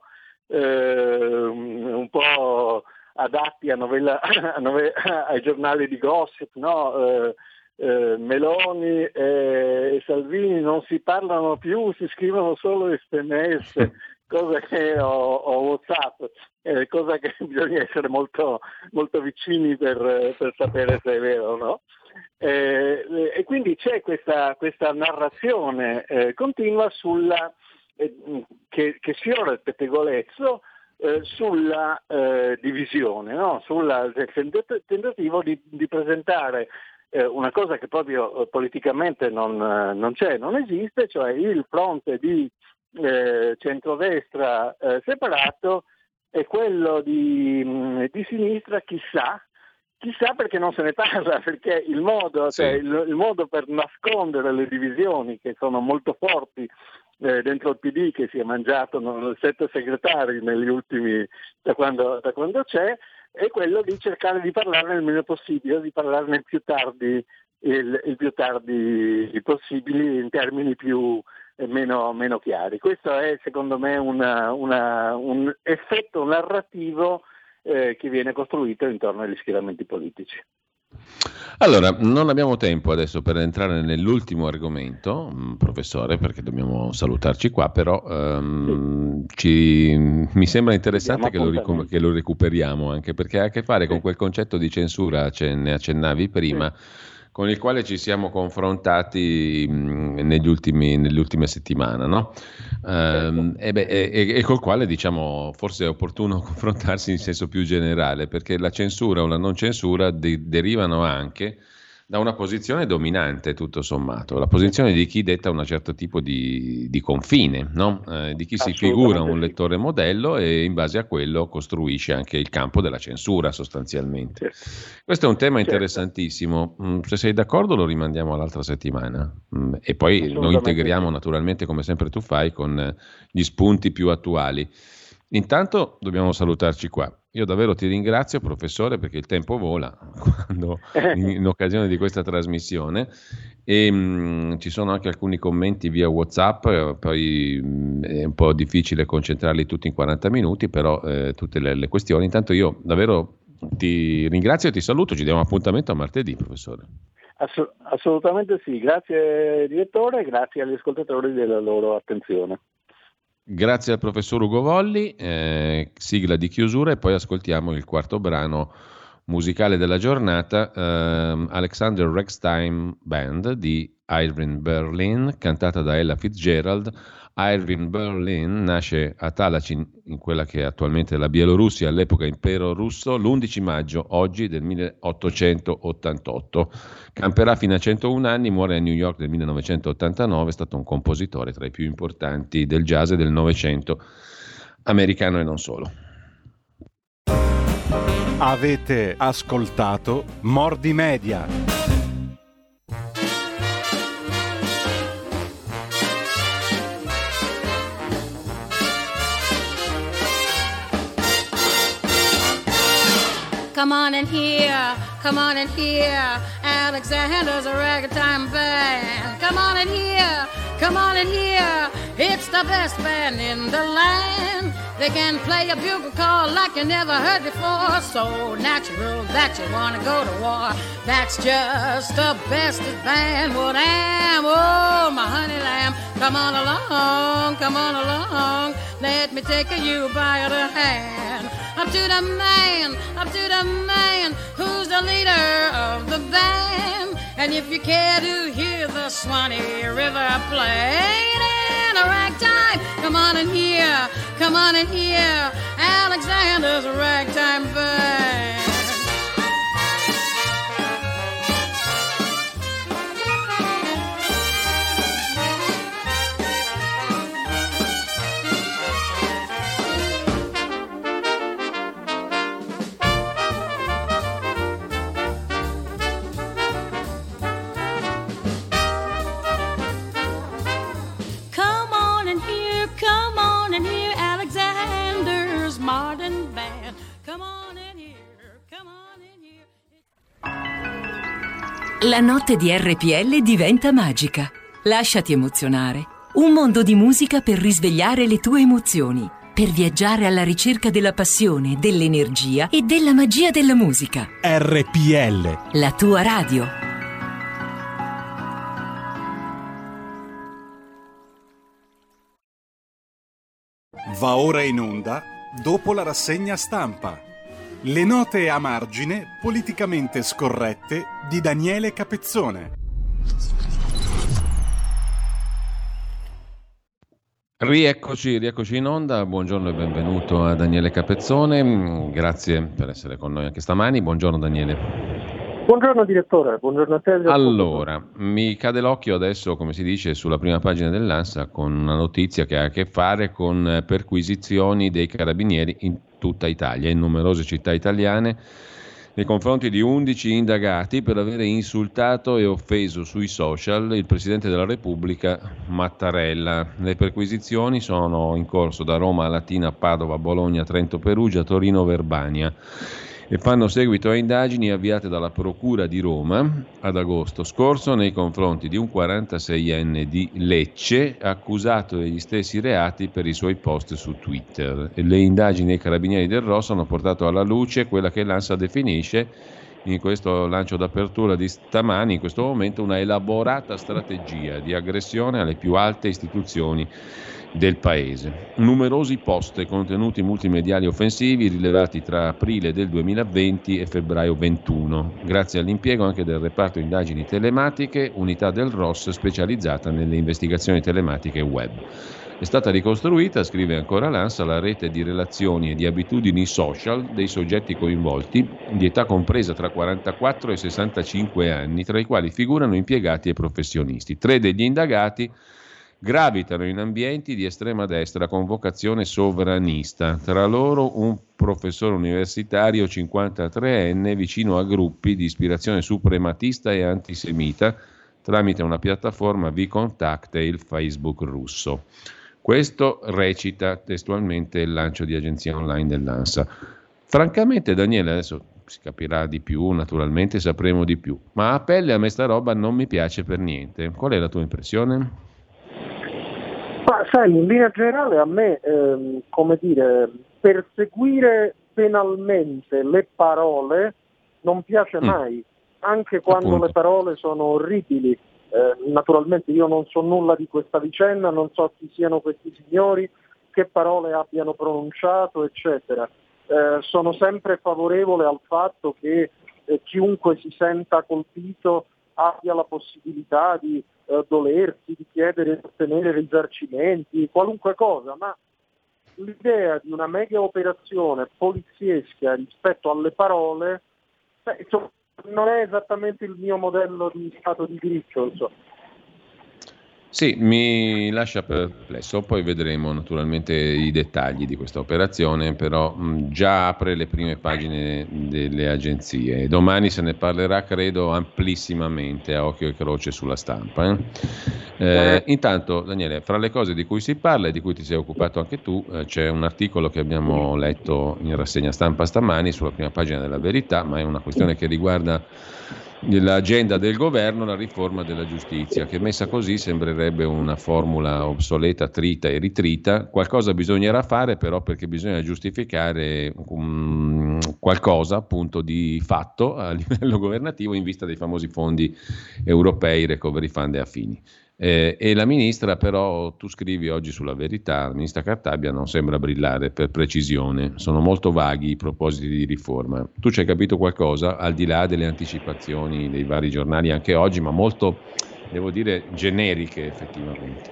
Eh, un po' adatti a novella, a novella, ai giornali di gossip, no? Eh, eh, Meloni e Salvini non si parlano più, si scrivono solo sms, cosa che ho, ho WhatsApp, eh, cosa che bisogna essere molto, molto vicini per, per sapere se è vero o no. Eh, e quindi c'è questa, questa narrazione eh, continua sulla Che, che sfiora il pettegolezzo eh, sulla eh, divisione, no? Sulla il tentativo di, di presentare eh, una cosa che proprio eh, politicamente non, eh, non c'è, non esiste, cioè il fronte di eh, centrodestra eh, separato e quello di, mh, di sinistra, chissà, chissà perché non se ne parla, perché il modo, sì. cioè, il, il modo per nascondere le divisioni che sono molto forti Eh, dentro il P D, che si è mangiato no, sette segretari negli ultimi da quando, da quando c'è, è quello di cercare di parlarne il meno possibile, di parlarne il più tardi il, il più tardi possibili in termini più eh, meno, meno chiari. Questo è secondo me una, una, un effetto narrativo eh, che viene costruito intorno agli schieramenti politici. Allora, non abbiamo tempo adesso per entrare nell'ultimo argomento, professore, perché dobbiamo salutarci qua, però um, sì. ci, mi sembra interessante che lo, ricu- che lo recuperiamo, anche perché ha a che fare sì. con quel concetto di censura, ce ne accennavi prima, sì. con il quale ci siamo confrontati mh, negli ultimi, nelle ultime settimane, no? Um, e, beh, e, e col quale diciamo forse è opportuno confrontarsi in senso più generale, perché la censura o la non censura de- derivano anche da una posizione dominante, tutto sommato, la posizione di chi detta un certo tipo di, di confine, no? Eh, di chi si figura un lettore modello e in base a quello costruisce anche il campo della censura sostanzialmente. Certo. Questo è un tema interessantissimo, mm, se sei d'accordo lo rimandiamo all'altra settimana mm, e poi lo integriamo naturalmente come sempre tu fai con gli spunti più attuali. Intanto dobbiamo salutarci qua. Io davvero ti ringrazio, professore, perché il tempo vola quando, in, in occasione di questa trasmissione e mh, ci sono anche alcuni commenti via WhatsApp, poi mh, è un po' difficile concentrarli tutti in quaranta minuti, però eh, tutte le, le questioni. Intanto io davvero ti ringrazio e ti saluto, ci diamo appuntamento a martedì, professore. Ass- assolutamente sì, grazie direttore e grazie agli ascoltatori della loro attenzione. Grazie al professor Ugo Volli, eh, sigla di chiusura e poi ascoltiamo il quarto brano musicale della giornata, eh, Alexander Ragtime Band di Irving Berlin, cantata da Ella Fitzgerald. Irving Berlin nasce a Talachin, in quella che è attualmente la Bielorussia, all'epoca impero russo, l'undici maggio, oggi, del milleottocentottantotto. Camperà fino a centouno anni, muore a New York nel millenovecentottantanove, è stato un compositore tra i più importanti del jazz e del Novecento, americano e non solo. Avete ascoltato Mordi Media. Come on in here, come on in here, Alexander's a ragtime band. Come on in here, come on in here, it's the best band in the land. They can play a bugle call like you never heard before. So natural that you wanna go to war. That's just the bestest band. What am, oh my honey lamb. Come on along, come on along. Let me take you by the hand. Up to the man, up to the man, who's the leader of the band. And if you care to hear the Swanee River playing in a ragtime, come on in here, come on in here, Alexander's Ragtime Band. La notte di R P L diventa magica. Lasciati emozionare. Un mondo di musica per risvegliare le tue emozioni, per viaggiare alla ricerca della passione, dell'energia e della magia della musica. R P L, la tua radio. Va ora in onda, dopo la rassegna stampa. Le note a margine politicamente scorrette di Daniele Capezzone. Rieccoci, rieccoci in onda. Buongiorno e benvenuto a Daniele Capezzone. Grazie per essere con noi anche stamani. Buongiorno Daniele. Buongiorno direttore, buongiorno a te. Allora, mi cade l'occhio adesso, come si dice, sulla prima pagina dell'Ansa con una notizia che ha a che fare con perquisizioni dei carabinieri in tutta Italia, in numerose città italiane, nei confronti di undici indagati per avere insultato e offeso sui social il Presidente della Repubblica Mattarella. Le perquisizioni sono in corso da Roma a Latina, Padova, Bologna, Trento, Perugia, Torino, Verbania e fanno seguito a indagini avviate dalla Procura di Roma ad agosto scorso nei confronti di un quarantaseienne di Lecce accusato degli stessi reati per i suoi post su Twitter. E le indagini dei Carabinieri del Rosso hanno portato alla luce quella che l'Ansa definisce, in questo lancio d'apertura di stamani, in questo momento, una elaborata strategia di aggressione alle più alte istituzioni del paese. Numerosi post contenuti multimediali offensivi rilevati tra aprile del duemilaventi e febbraio ventuno, grazie all'impiego anche del reparto indagini telematiche, unità del R O S specializzata nelle investigazioni telematiche web. È stata ricostruita, scrive ancora l'Ansa, la rete di relazioni e di abitudini social dei soggetti coinvolti, di età compresa tra quarantaquattro e sessantacinque anni, tra i quali figurano impiegati e professionisti. Tre degli indagati gravitano in ambienti di estrema destra con vocazione sovranista, tra loro un professore universitario cinquantatreenne vicino a gruppi di ispirazione suprematista e antisemita tramite una piattaforma VKontakte e il Facebook russo. Questo recita testualmente il lancio di agenzia online dell'Ansa. Francamente, Daniele, adesso si capirà di più, naturalmente sapremo di più, ma a pelle a me sta roba non mi piace per niente. Qual è la tua impressione? Ma sai, in linea generale a me, ehm, come dire, perseguire penalmente le parole non piace mm. mai, anche quando Appunto. le parole sono orribili. Eh, naturalmente io non so nulla di questa vicenda, non so chi siano questi signori, che parole abbiano pronunciato, eccetera. Eh, sono sempre favorevole al fatto che eh, chiunque si senta colpito abbia la possibilità di eh, dolersi, di chiedere di ottenere risarcimenti, qualunque cosa, ma l'idea di una mega operazione poliziesca rispetto alle parole, beh, insomma, non è esattamente il mio modello di Stato di diritto, insomma. Sì, mi lascia perplesso, poi vedremo naturalmente i dettagli di questa operazione, però mh, già apre le prime pagine delle agenzie. Domani se ne parlerà, credo, amplissimamente a occhio e croce sulla stampa. Eh? Eh, intanto, Daniele, fra le cose di cui si parla e di cui ti sei occupato anche tu, eh, c'è un articolo che abbiamo letto in rassegna stampa stamani sulla prima pagina della Verità, ma è una questione che riguarda l'agenda del governo, la riforma della giustizia, che messa così sembrerebbe una formula obsoleta, trita e ritrita. Qualcosa bisognerà fare però, perché bisogna giustificare um, qualcosa appunto di fatto a livello governativo in vista dei famosi fondi europei, Recovery Fund e affini. Eh, e la ministra però, tu scrivi oggi sulla Verità, la ministra Cartabia non sembra brillare per precisione, sono molto vaghi i propositi di riforma. Tu ci hai capito qualcosa, al di là delle anticipazioni dei vari giornali anche oggi, ma molto, devo dire, generiche effettivamente?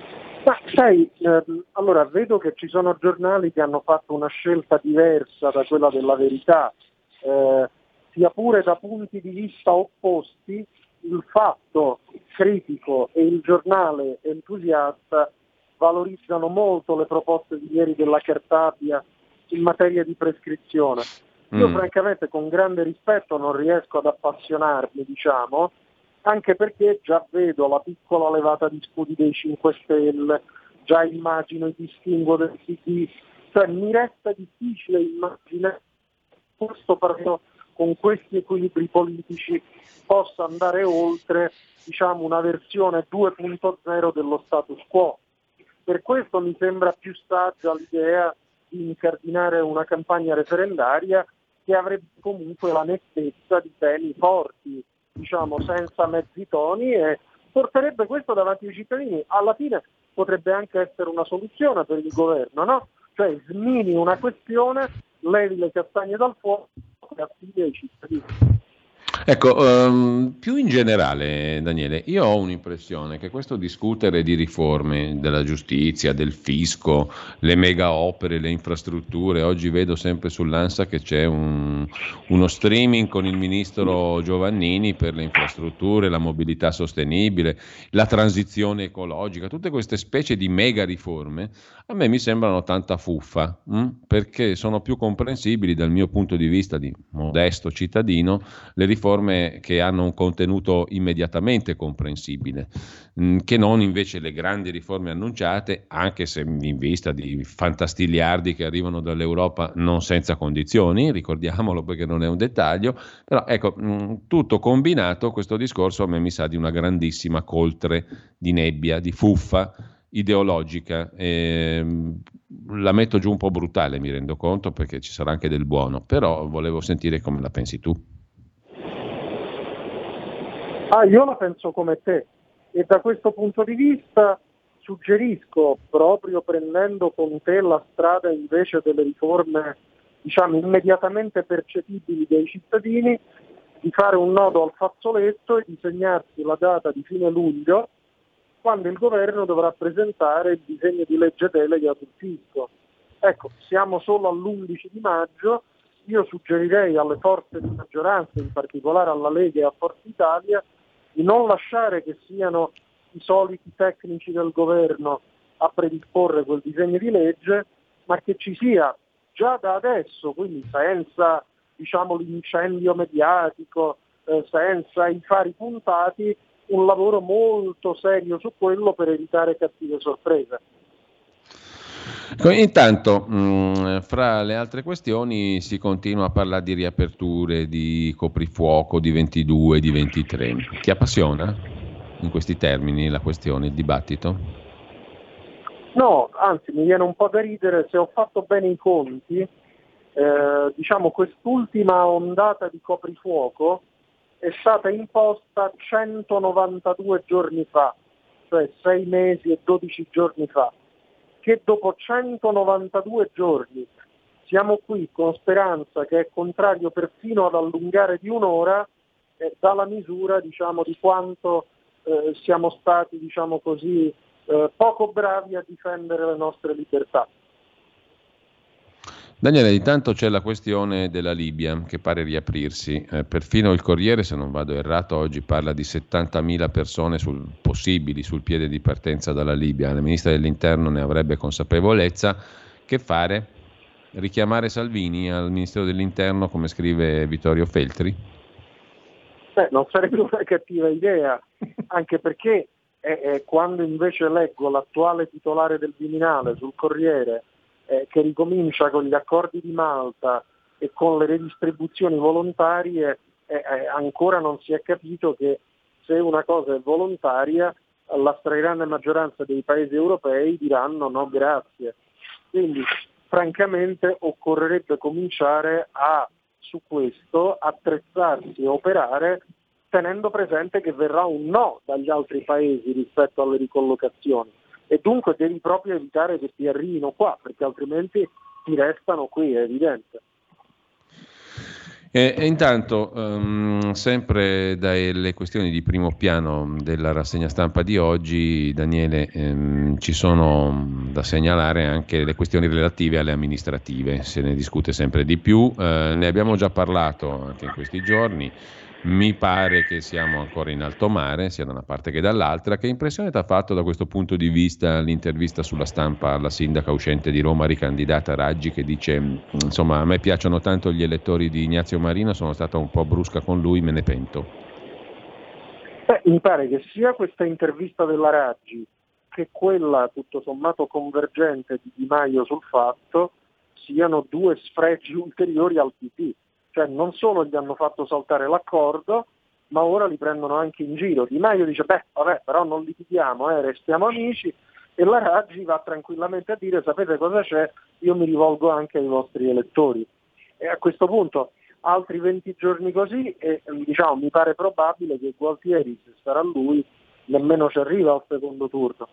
Ma sai, ehm, allora vedo che ci sono giornali che hanno fatto una scelta diversa da quella della Verità, eh, sia pure da punti di vista opposti. Il Fatto critico e il giornale entusiasta valorizzano molto le proposte di ieri della Cartabia in materia di prescrizione. Io mm. francamente con grande rispetto non riesco ad appassionarmi, diciamo, anche perché già vedo la piccola levata di scudi dei cinque Stelle, già immagino i distinguo del P D, cioè mi resta difficile immaginare questo partito con questi equilibri politici possa andare oltre, diciamo, una versione due punto zero dello status quo. Per questo mi sembra più saggia l'idea di incardinare una campagna referendaria che avrebbe comunque la nettezza di temi forti, diciamo senza mezzi toni, e porterebbe questo davanti ai cittadini. Alla fine potrebbe anche essere una soluzione per il governo, no? Cioè smini una questione, levi le castagne dal fuoco e affidi ai cittadini. Ecco, um, più in generale, Daniele, io ho un'impressione che questo discutere di riforme della giustizia, del fisco, le mega opere, le infrastrutture, oggi vedo sempre sull'Ansa che c'è un, uno streaming con il ministro Giovannini per le infrastrutture, la mobilità sostenibile, la transizione ecologica, tutte queste specie di mega riforme, a me mi sembrano tanta fuffa, hm? perché sono più comprensibili dal mio punto di vista di modesto cittadino le riforme che hanno un contenuto immediatamente comprensibile, mh, che non invece le grandi riforme annunciate, anche se in vista di fantastiliardi che arrivano dall'Europa non senza condizioni, ricordiamolo perché non è un dettaglio, però ecco, mh, tutto combinato questo discorso a me mi sa di una grandissima coltre di nebbia, di fuffa ideologica. E, la metto giù un po' brutale, mi rendo conto, perché ci sarà anche del buono, però volevo sentire come la pensi tu. Ah, io la penso come te, e da questo punto di vista suggerisco, proprio prendendo con te la strada invece delle riforme, diciamo, immediatamente percepibili dai cittadini, di fare un nodo al fazzoletto e di segnarsi la data di fine luglio, quando il governo dovrà presentare il disegno di legge delega sul fisco. Ecco, siamo solo all'undici di maggio, io suggerirei alle forze di maggioranza, in particolare alla Lega e a Forza Italia, di non lasciare che siano i soliti tecnici del governo a predisporre quel disegno di legge, ma che ci sia già da adesso, quindi senza, diciamo, l'incendio mediatico, eh, senza i fari puntati, un lavoro molto serio su quello per evitare cattive sorprese. Intanto, mh, fra le altre questioni, si continua a parlare di riaperture, di coprifuoco, di ventidue, di ventitré. Ti appassiona in questi termini la questione, il dibattito? No, anzi mi viene un po' da ridere. Se ho fatto bene i conti, eh, diciamo quest'ultima ondata di coprifuoco è stata imposta centonovantadue giorni fa, cioè sei mesi e dodici giorni fa. Che dopo centonovantadue giorni siamo qui con Speranza, che è contrario perfino ad allungare di un'ora, eh, dà la misura, diciamo, di quanto eh, siamo stati, diciamo così, eh, poco bravi a difendere le nostre libertà. Daniele, intanto c'è la questione della Libia che pare riaprirsi. Eh, perfino il Corriere, se non vado errato, oggi parla di settantamila persone sul, possibili sul piede di partenza dalla Libia. La ministra dell'Interno ne avrebbe consapevolezza. Che fare? Richiamare Salvini al Ministero dell'Interno, come scrive Vittorio Feltri? Beh, non sarebbe una cattiva idea, anche perché eh, eh, quando invece leggo l'attuale titolare del Viminale sul Corriere, Eh, che ricomincia con gli accordi di Malta e con le redistribuzioni volontarie, eh, eh, ancora non si è capito che se una cosa è volontaria la stragrande maggioranza dei paesi europei diranno no grazie. Quindi francamente occorrerebbe cominciare a su questo attrezzarsi e operare tenendo presente che verrà un no dagli altri paesi rispetto alle ricollocazioni. E dunque devi proprio evitare che ti arrivino qua, perché altrimenti ti restano qui, è evidente. E, e intanto, um, sempre dalle questioni di primo piano della rassegna stampa di oggi, Daniele, um, ci sono da segnalare anche le questioni relative alle amministrative, se ne discute sempre di più, uh, ne abbiamo già parlato anche in questi giorni. Mi pare che siamo ancora in alto mare, sia da una parte che dall'altra. Che impressione ti ha fatto da questo punto di vista l'intervista sulla stampa alla sindaca uscente di Roma, ricandidata Raggi, che dice insomma a me piacciono tanto gli elettori di Ignazio Marino, sono stata un po' brusca con lui, me ne pento? Beh, mi pare che sia questa intervista della Raggi che quella tutto sommato convergente di Di Maio sul fatto siano due sfregi ulteriori al P P. Cioè non solo gli hanno fatto saltare l'accordo, ma ora li prendono anche in giro. Di Maio dice, beh, vabbè, però non litighiamo, eh, restiamo amici, e la Raggi va tranquillamente a dire, sapete cosa c'è? Io mi rivolgo anche ai vostri elettori. E a questo punto, altri venti giorni così, e diciamo, mi pare probabile che Gualtieri, se sarà lui, nemmeno ci arriva al secondo turno.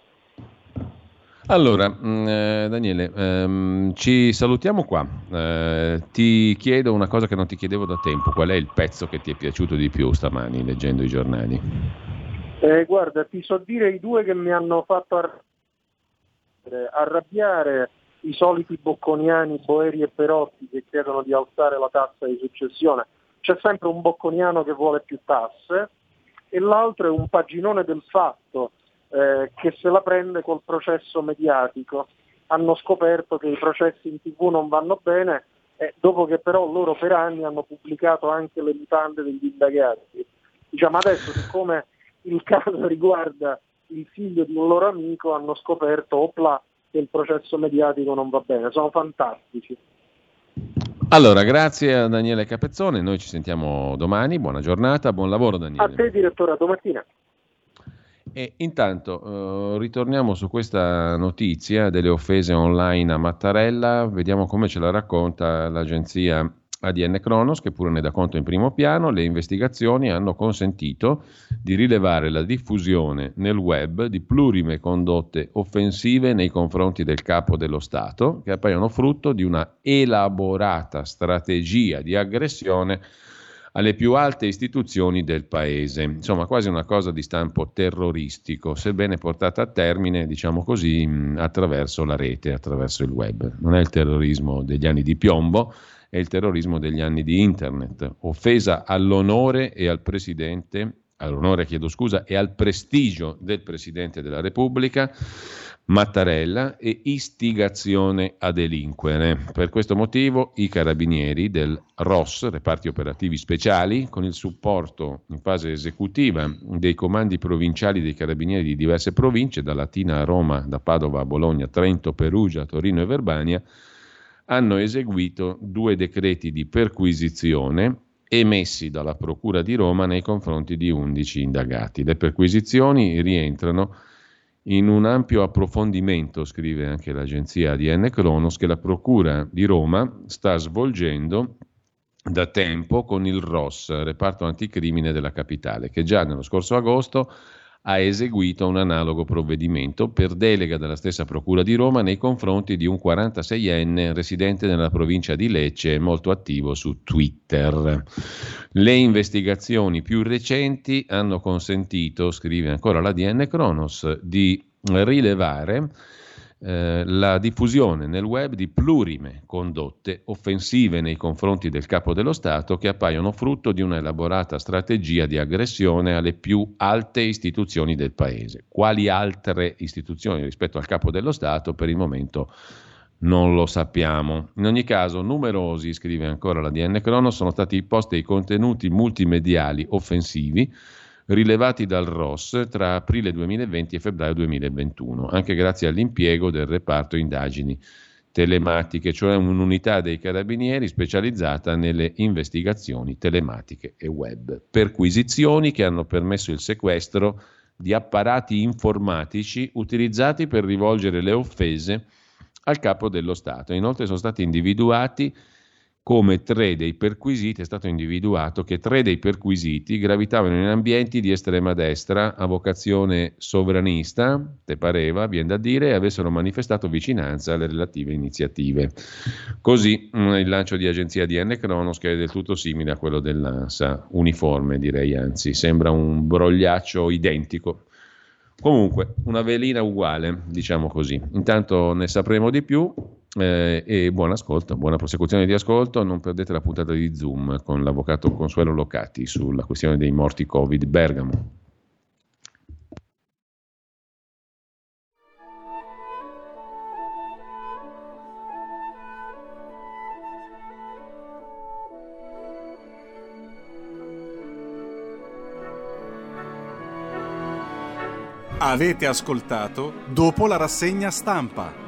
Allora, eh, Daniele, ehm, ci salutiamo qua. Eh, ti chiedo una cosa che non ti chiedevo da tempo. Qual è il pezzo che ti è piaciuto di più stamani leggendo i giornali? Eh, guarda, ti so dire i due che mi hanno fatto arrabbiare, arrabbiare i soliti bocconiani Boeri e Perotti che chiedono di alzare la tassa di successione. C'è sempre un bocconiano che vuole più tasse, e l'altro è un paginone del Fatto Eh, che se la prende col processo mediatico. Hanno scoperto che i processi in tivù non vanno bene, eh, dopo che però loro per anni hanno pubblicato anche le mutande degli indagati. Diciamo adesso, siccome il caso riguarda il figlio di un loro amico, hanno scoperto opla che il processo mediatico non va bene. Sono fantastici. Allora, grazie a Daniele Capezzone, noi ci sentiamo domani, buona giornata, buon lavoro Daniele. A te direttore, a domattina. E intanto eh, ritorniamo su questa notizia delle offese online a Mattarella, vediamo come ce la racconta l'agenzia A D N Kronos, che pure ne dà conto in primo piano. Le investigazioni hanno consentito di rilevare la diffusione nel web di plurime condotte offensive nei confronti del capo dello Stato, che appaiono frutto di una elaborata strategia di aggressione alle più alte istituzioni del paese. Insomma, quasi una cosa di stampo terroristico, sebbene portata a termine, diciamo così, attraverso la rete, attraverso il web. Non è il terrorismo degli anni di piombo, è il terrorismo degli anni di internet. Offesa all'onore e al presidente, all'onore, chiedo scusa, e al prestigio del Presidente della Repubblica, Mattarella, e istigazione a delinquere. Per questo motivo i carabinieri del R O S, reparti operativi speciali, con il supporto in fase esecutiva dei comandi provinciali dei carabinieri di diverse province, da Latina a Roma, da Padova a Bologna, Trento, Perugia, Torino e Verbania, hanno eseguito due decreti di perquisizione emessi dalla Procura di Roma nei confronti di undici indagati. Le perquisizioni rientrano in un ampio approfondimento, scrive anche l'agenzia A D N Kronos, che la Procura di Roma sta svolgendo da tempo con il R O S, reparto anticrimine della capitale, che già nello scorso agosto ha eseguito un analogo provvedimento per delega della stessa Procura di Roma nei confronti di un quarantaseienne residente nella provincia di Lecce e molto attivo su Twitter. Le investigazioni più recenti hanno consentito, scrive ancora l'A D N Kronos, di rilevare eh, la diffusione nel web di plurime condotte offensive nei confronti del Capo dello Stato che appaiono frutto di una elaborata strategia di aggressione alle più alte istituzioni del Paese. Quali altre istituzioni rispetto al Capo dello Stato per il momento non lo sappiamo. In ogni caso, numerosi, scrive ancora la D N Cronos, sono stati posti i contenuti multimediali offensivi rilevati dal R O S tra aprile duemilaventi e febbraio duemilaventuno, anche grazie all'impiego del reparto indagini telematiche, cioè un'unità dei carabinieri specializzata nelle investigazioni telematiche e web. Perquisizioni che hanno permesso il sequestro di apparati informatici utilizzati per rivolgere le offese al Capo dello Stato. Inoltre sono stati individuati come tre dei perquisiti, è stato individuato che tre dei perquisiti gravitavano in ambienti di estrema destra a vocazione sovranista, te pareva, viene da dire, e avessero manifestato vicinanza alle relative iniziative. Così il lancio di agenzia D N Cronos, che è del tutto simile a quello dell'ANSA, uniforme direi, anzi sembra un brogliaccio identico. Comunque, una velina uguale, diciamo così. Intanto ne sapremo di più eh, e buon ascolto, buona prosecuzione di ascolto. Non perdete la puntata di Zoom con l'avvocato Consuelo Locati sulla questione dei morti Covid Bergamo. Avete ascoltato Dopo la rassegna stampa,